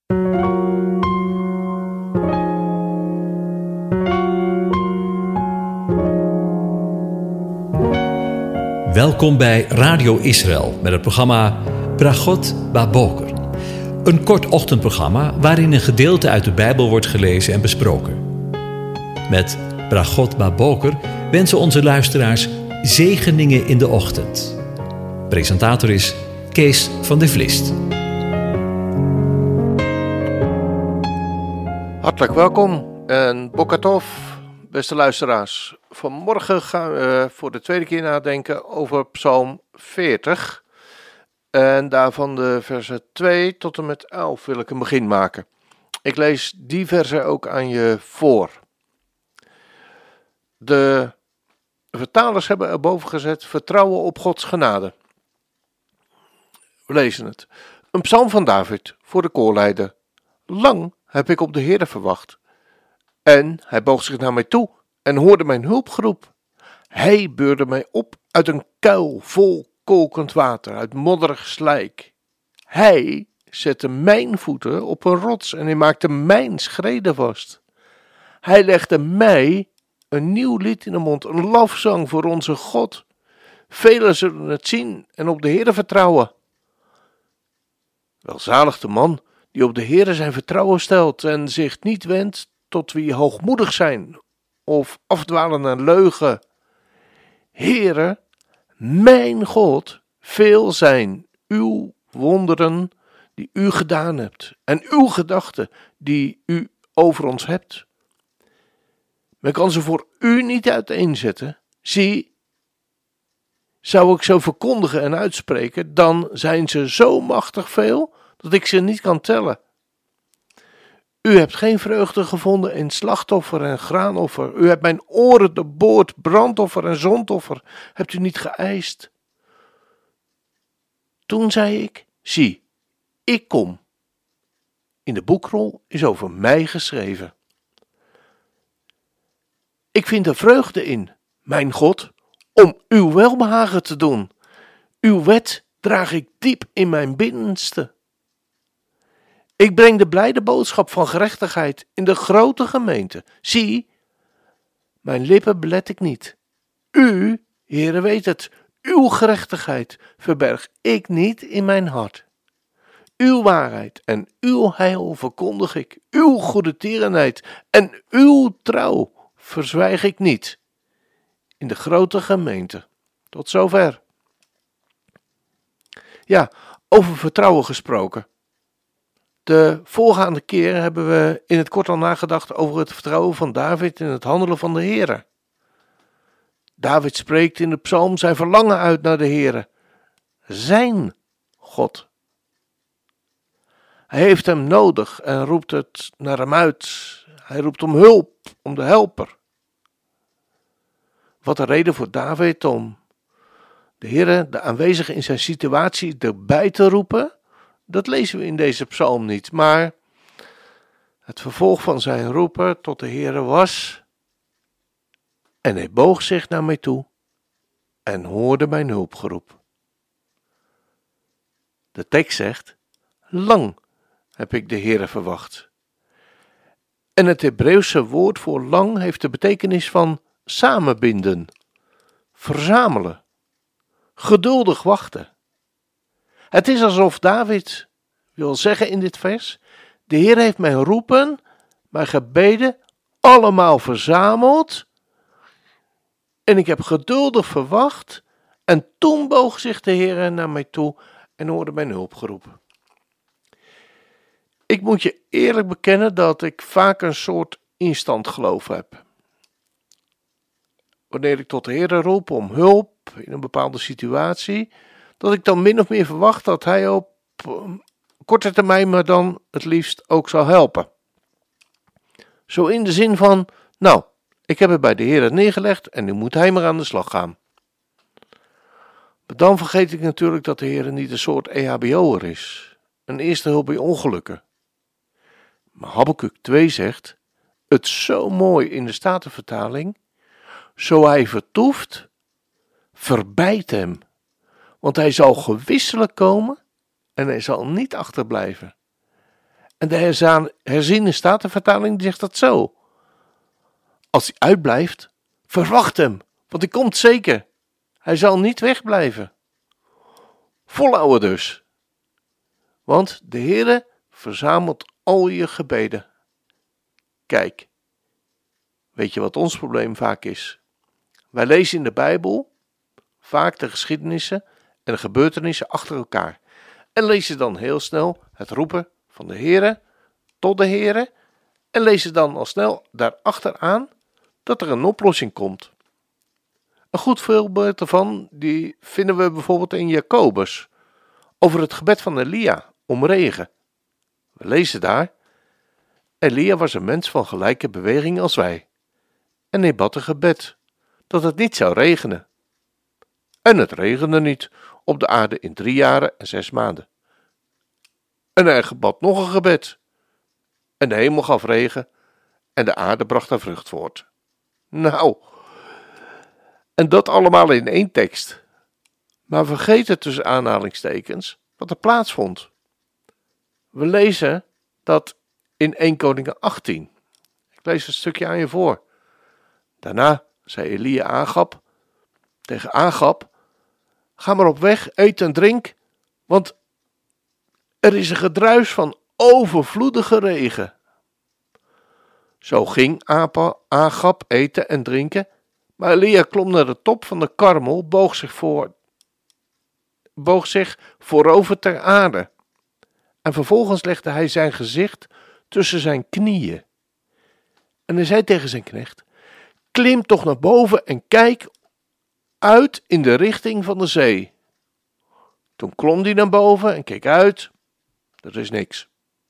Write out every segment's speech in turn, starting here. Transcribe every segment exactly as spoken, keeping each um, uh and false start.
Welkom bij Radio Israël met het programma Bragot Baboker. Een kort ochtendprogramma waarin een gedeelte uit de Bijbel wordt gelezen en besproken. Met Bragot Baboker wensen onze luisteraars zegeningen in de ochtend. Presentator is Kees van der Vlist. Hartelijk welkom en Bokatov, beste luisteraars. Vanmorgen gaan we voor de tweede keer nadenken over Psalm veertig. En daarvan de versen twee tot en met elf wil ik een begin maken. Ik lees die versen ook aan je voor. De vertalers hebben erboven gezet: vertrouwen op Gods genade. We lezen het. Een psalm van David voor de koorleider. Lang heb ik op de Heere verwacht. En hij boog zich naar mij toe en hoorde mijn hulpgeroep. Hij beurde mij op uit een kuil vol kokend water, uit modderig slijk. Hij zette mijn voeten op een rots en hij maakte mijn schreden vast. Hij legde mij een nieuw lied in de mond, een lofzang voor onze God. Velen zullen het zien en op de Heere vertrouwen. Welzalig de man die op de Heere zijn vertrouwen stelt en zich niet wendt tot wie hoogmoedig zijn of afdwalen naar leugen. Heere, mijn God, veel zijn uw wonderen die u gedaan hebt en uw gedachten die u over ons hebt. Men kan ze voor u niet uiteenzetten. Zie, zou ik zo verkondigen en uitspreken, dan zijn ze zo machtig veel dat ik ze niet kan tellen. U hebt geen vreugde gevonden in slachtoffer en graanoffer. U hebt mijn oren doorboord, brandoffer en zondoffer hebt u niet geëist. Toen zei ik, zie, ik kom. In de boekrol is over mij geschreven. Ik vind er vreugde in, mijn God, om uw welbehagen te doen. Uw wet draag ik diep in mijn binnenste. Ik breng de blijde boodschap van gerechtigheid in de grote gemeente. Zie, mijn lippen belet ik niet. U, Heere, weet het, uw gerechtigheid verberg ik niet in mijn hart. Uw waarheid en uw heil verkondig ik, uw goede tierenheid en uw trouw verzwijg ik niet. In de grote gemeente. Tot zover. Ja, over vertrouwen gesproken. De voorgaande keer hebben we in het kort al nagedacht over het vertrouwen van David in het handelen van de Heere. David spreekt in de psalm zijn verlangen uit naar de Heere, zijn God. Hij heeft hem nodig en roept het naar hem uit. Hij roept om hulp, om de helper. Wat een reden voor David om de Heere, de aanwezige in zijn situatie, erbij te roepen. Dat lezen we in deze psalm niet, maar het vervolg van zijn roepen tot de Heere was: en hij boog zich naar mij toe en hoorde mijn hulpgeroep. De tekst zegt: lang heb ik de Heere verwacht. En het Hebreeuwse woord voor lang heeft de betekenis van samenbinden, verzamelen, geduldig wachten. Het is alsof David wil zeggen in dit vers: de Heer heeft mijn roepen, mijn gebeden allemaal verzameld en ik heb geduldig verwacht en toen boog zich de Heer naar mij toe en hoorde mijn hulpgeroep. Ik moet je eerlijk bekennen dat ik vaak een soort instant geloof heb. Wanneer ik tot de Heer roep om hulp in een bepaalde situatie, dat ik dan min of meer verwacht dat hij op korte termijn me dan het liefst ook zal helpen. Zo in de zin van, nou, ik heb het bij de Heer neergelegd en nu moet hij maar aan de slag gaan. Maar dan vergeet ik natuurlijk dat de Heer niet een soort E H B O'er is, een eerste hulp bij ongelukken. Maar Habakuk twee zegt, het zo mooi in de Statenvertaling, zo hij vertoeft, verbijt hem. Want hij zal gewisselijk komen en hij zal niet achterblijven. En de herzaan, herziene statenvertaling zegt dat zo. Als hij uitblijft, verwacht hem, want hij komt zeker. Hij zal niet wegblijven. Volhouden dus. Want de Heere verzamelt al je gebeden. Kijk, weet je wat ons probleem vaak is? Wij lezen in de Bijbel vaak de geschiedenissen en de gebeurtenissen achter elkaar. En lezen dan heel snel het roepen van de Heere tot de Heere. En lezen dan al snel daarachteraan dat er een oplossing komt. Een goed voorbeeld daarvan die vinden we bijvoorbeeld in Jacobus. Over het gebed van Elia om regen. We lezen daar. Elia was een mens van gelijke beweging als wij. En hij bad een gebed dat het niet zou regenen. En het regende niet op de aarde in drie jaren en zes maanden. En hij bad nog een gebed. En de hemel gaf regen en de aarde bracht haar vrucht voort. Nou, en dat allemaal in één tekst. Maar vergeet het tussen aanhalingstekens wat er plaatsvond. We lezen dat in Eerste Koningen achttien. Ik lees een stukje aan je voor. Daarna zei Elia Agab tegen Agab: ga maar op weg, eet en drink, want er is een gedruis van overvloedige regen. Zo ging Agab eten en drinken, maar Elia klom naar de top van de Karmel, boog zich, voor, boog zich voorover ter aarde. En vervolgens legde hij zijn gezicht tussen zijn knieën. En hij zei tegen zijn knecht: klim toch naar boven en kijk uit in de richting van de zee. Toen klom hij naar boven en keek uit. Er is niks.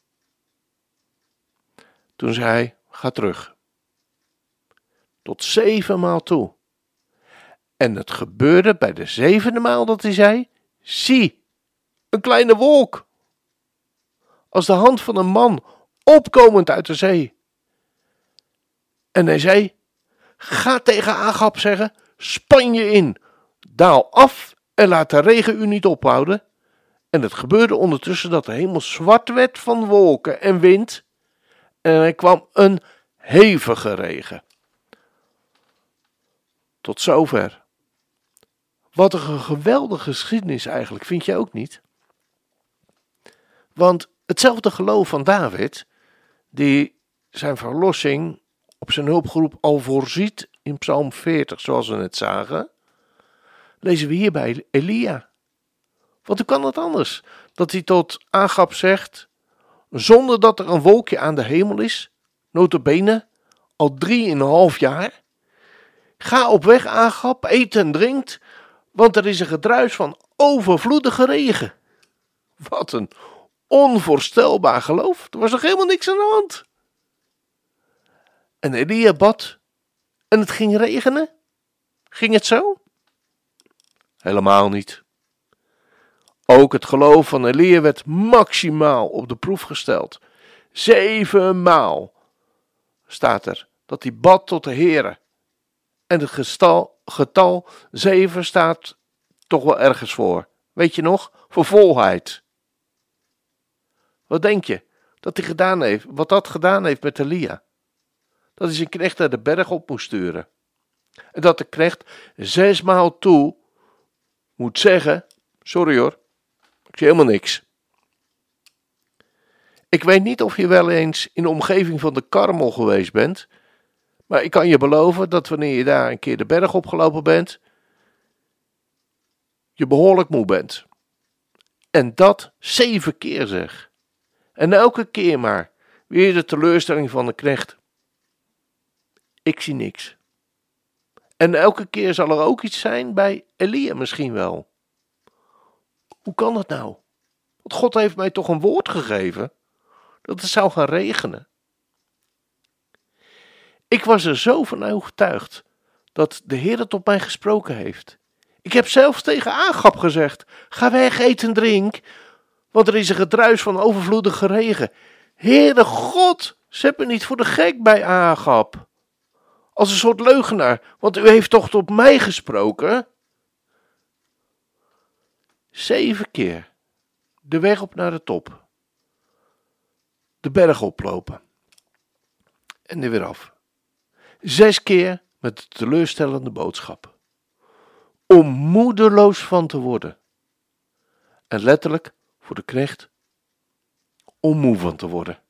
Toen zei hij: ga terug. Tot zevenmaal toe. En het gebeurde bij de zevende maal dat hij zei: zie, een kleine wolk. Als de hand van een man opkomend uit de zee. En hij zei: ga tegen Agab zeggen: span je in, daal af en laat de regen u niet ophouden. En het gebeurde ondertussen dat de hemel zwart werd van wolken en wind. En er kwam een hevige regen. Tot zover. Wat een geweldige geschiedenis eigenlijk, vind je ook niet? Want hetzelfde geloof van David, die zijn verlossing op zijn hulpgroep al voorziet in Psalm veertig, zoals we net zagen, lezen we hier bij Elia. Want hoe kan het anders? Dat hij tot Agab zegt, zonder dat er een wolkje aan de hemel is, nota bene, al drie en een half jaar. Ga op weg, Agab, eet en drinkt, want er is een gedruis van overvloedige regen. Wat een onvoorstelbaar geloof. Er was nog helemaal niks aan de hand. En Elia bad en het ging regenen. Ging het zo? Helemaal niet. Ook het geloof van Elia werd maximaal op de proef gesteld. Zevenmaal staat er dat hij bad tot de Heere. En het getal, getal zeven staat toch wel ergens voor. Weet je nog? Voor volheid. Wat denk je dat hij gedaan heeft, wat dat gedaan heeft met Elia? Dat hij zijn knecht naar de berg op moest sturen. En dat de knecht zesmaal toe moet zeggen: sorry hoor, ik zie helemaal niks. Ik weet niet of je wel eens in de omgeving van de Karmel geweest bent, maar ik kan je beloven dat wanneer je daar een keer de berg opgelopen bent, je behoorlijk moe bent. En dat zeven keer zeg. En elke keer maar weer de teleurstelling van de knecht. Ik zie niks. En elke keer zal er ook iets zijn bij Elia misschien wel. Hoe kan dat nou? Want God heeft mij toch een woord gegeven dat het zou gaan regenen. Ik was er zo van overtuigd dat de Heer tot mij gesproken heeft. Ik heb zelfs tegen Agab gezegd: ga weg, eet en drink, want er is een gedruis van overvloedige regen. Heere God, zet me niet voor de gek bij Agab. Als een soort leugenaar, want u heeft toch tot mij gesproken? Zeven keer de weg op naar de top. de berg oplopen. En er weer af. Zes keer met de teleurstellende boodschap. Om moedeloos van te worden. En letterlijk voor de knecht, om moe van te worden.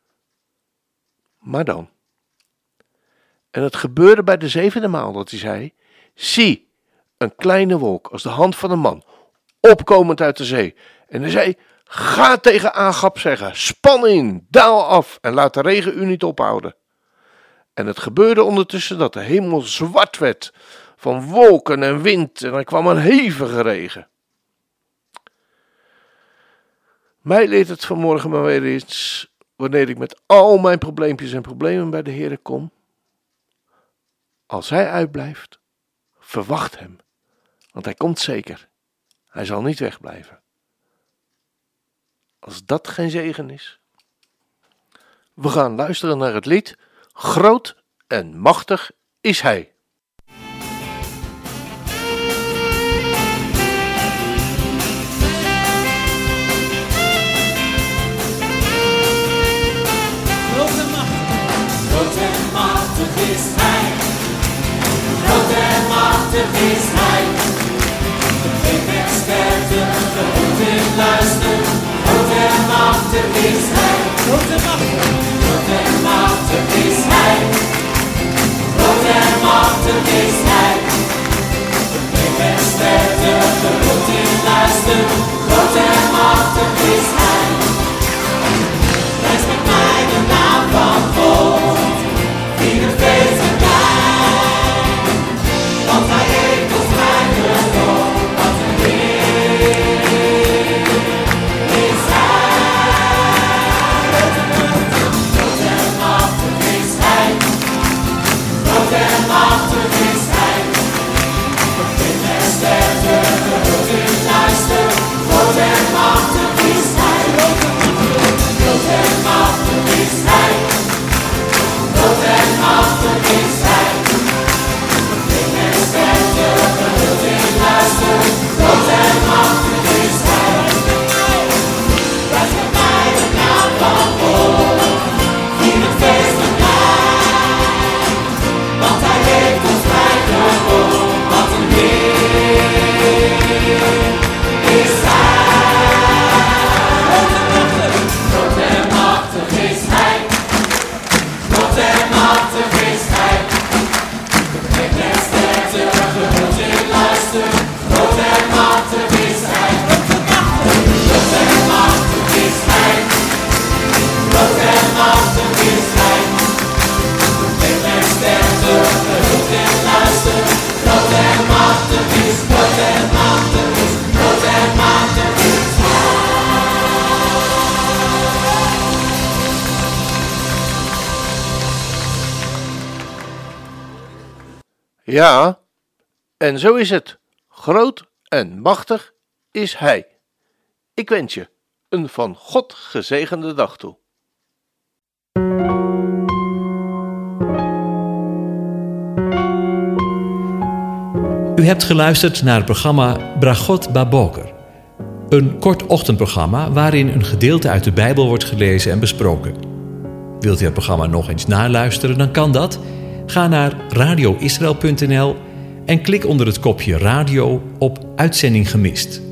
Maar dan. En het gebeurde bij de zevende maal dat hij zei, zie, een kleine wolk als de hand van een man, opkomend uit de zee. En hij zei, ga tegen Agab zeggen, span in, daal af en laat de regen u niet ophouden. En het gebeurde ondertussen dat de hemel zwart werd van wolken en wind en er kwam een hevige regen. Mij leert het vanmorgen maar weer eens, wanneer ik met al mijn probleempjes en problemen bij de Heere kom. Als hij uitblijft, verwacht hem, want hij komt zeker. Hij zal niet wegblijven. Als dat geen zegen is. We gaan luisteren naar het lied, Groot en machtig is hij. Is hij, groot en machtig is hij. Ik ben sterkte, groot in luister. Groot en machtig is hij. Groot en machtig, groot en machtig is hij. Groot en machtig is hij. Ik ben sterkte, groot in luister. Groot en machtig is hij. Prijs met mij de naam van God. In het feest en blij, want hij heeft ons vrijgekocht, wat een Heer is hij. Groot en machtig is hij, groot en machtig is hij. In de sterkte, groot in luister, groot en machtig is hij. Groot en machtig is hij. Groot en machtig is hij. Ik ben sterkte, groot in luister. Groot en machtig is hij. Prijs met mij de naam van God. In het feest en blij. Want hij heeft ons vrijgekocht. Wat een Heer is hij. Groot en machtig is hij. Groot en machtig is hij. Ik ben sterkte, groot in luister. Groot en machtig is hij. Groot en machtig is hij. Groot en machtig is hij. Ik ben sterkte, groot in luister. Groot en machtig is, groot en machtig is, groot en machtig is hij. Ja, en zo is het. Groot en machtig is hij. Ik wens je een van God gezegende dag toe. U hebt geluisterd naar het programma Bragot Baboker. Een kort ochtendprogramma waarin een gedeelte uit de Bijbel wordt gelezen en besproken. Wilt u het programma nog eens naluisteren, dan kan dat. Ga naar radio israël punt n l en klik onder het kopje radio op Uitzending gemist.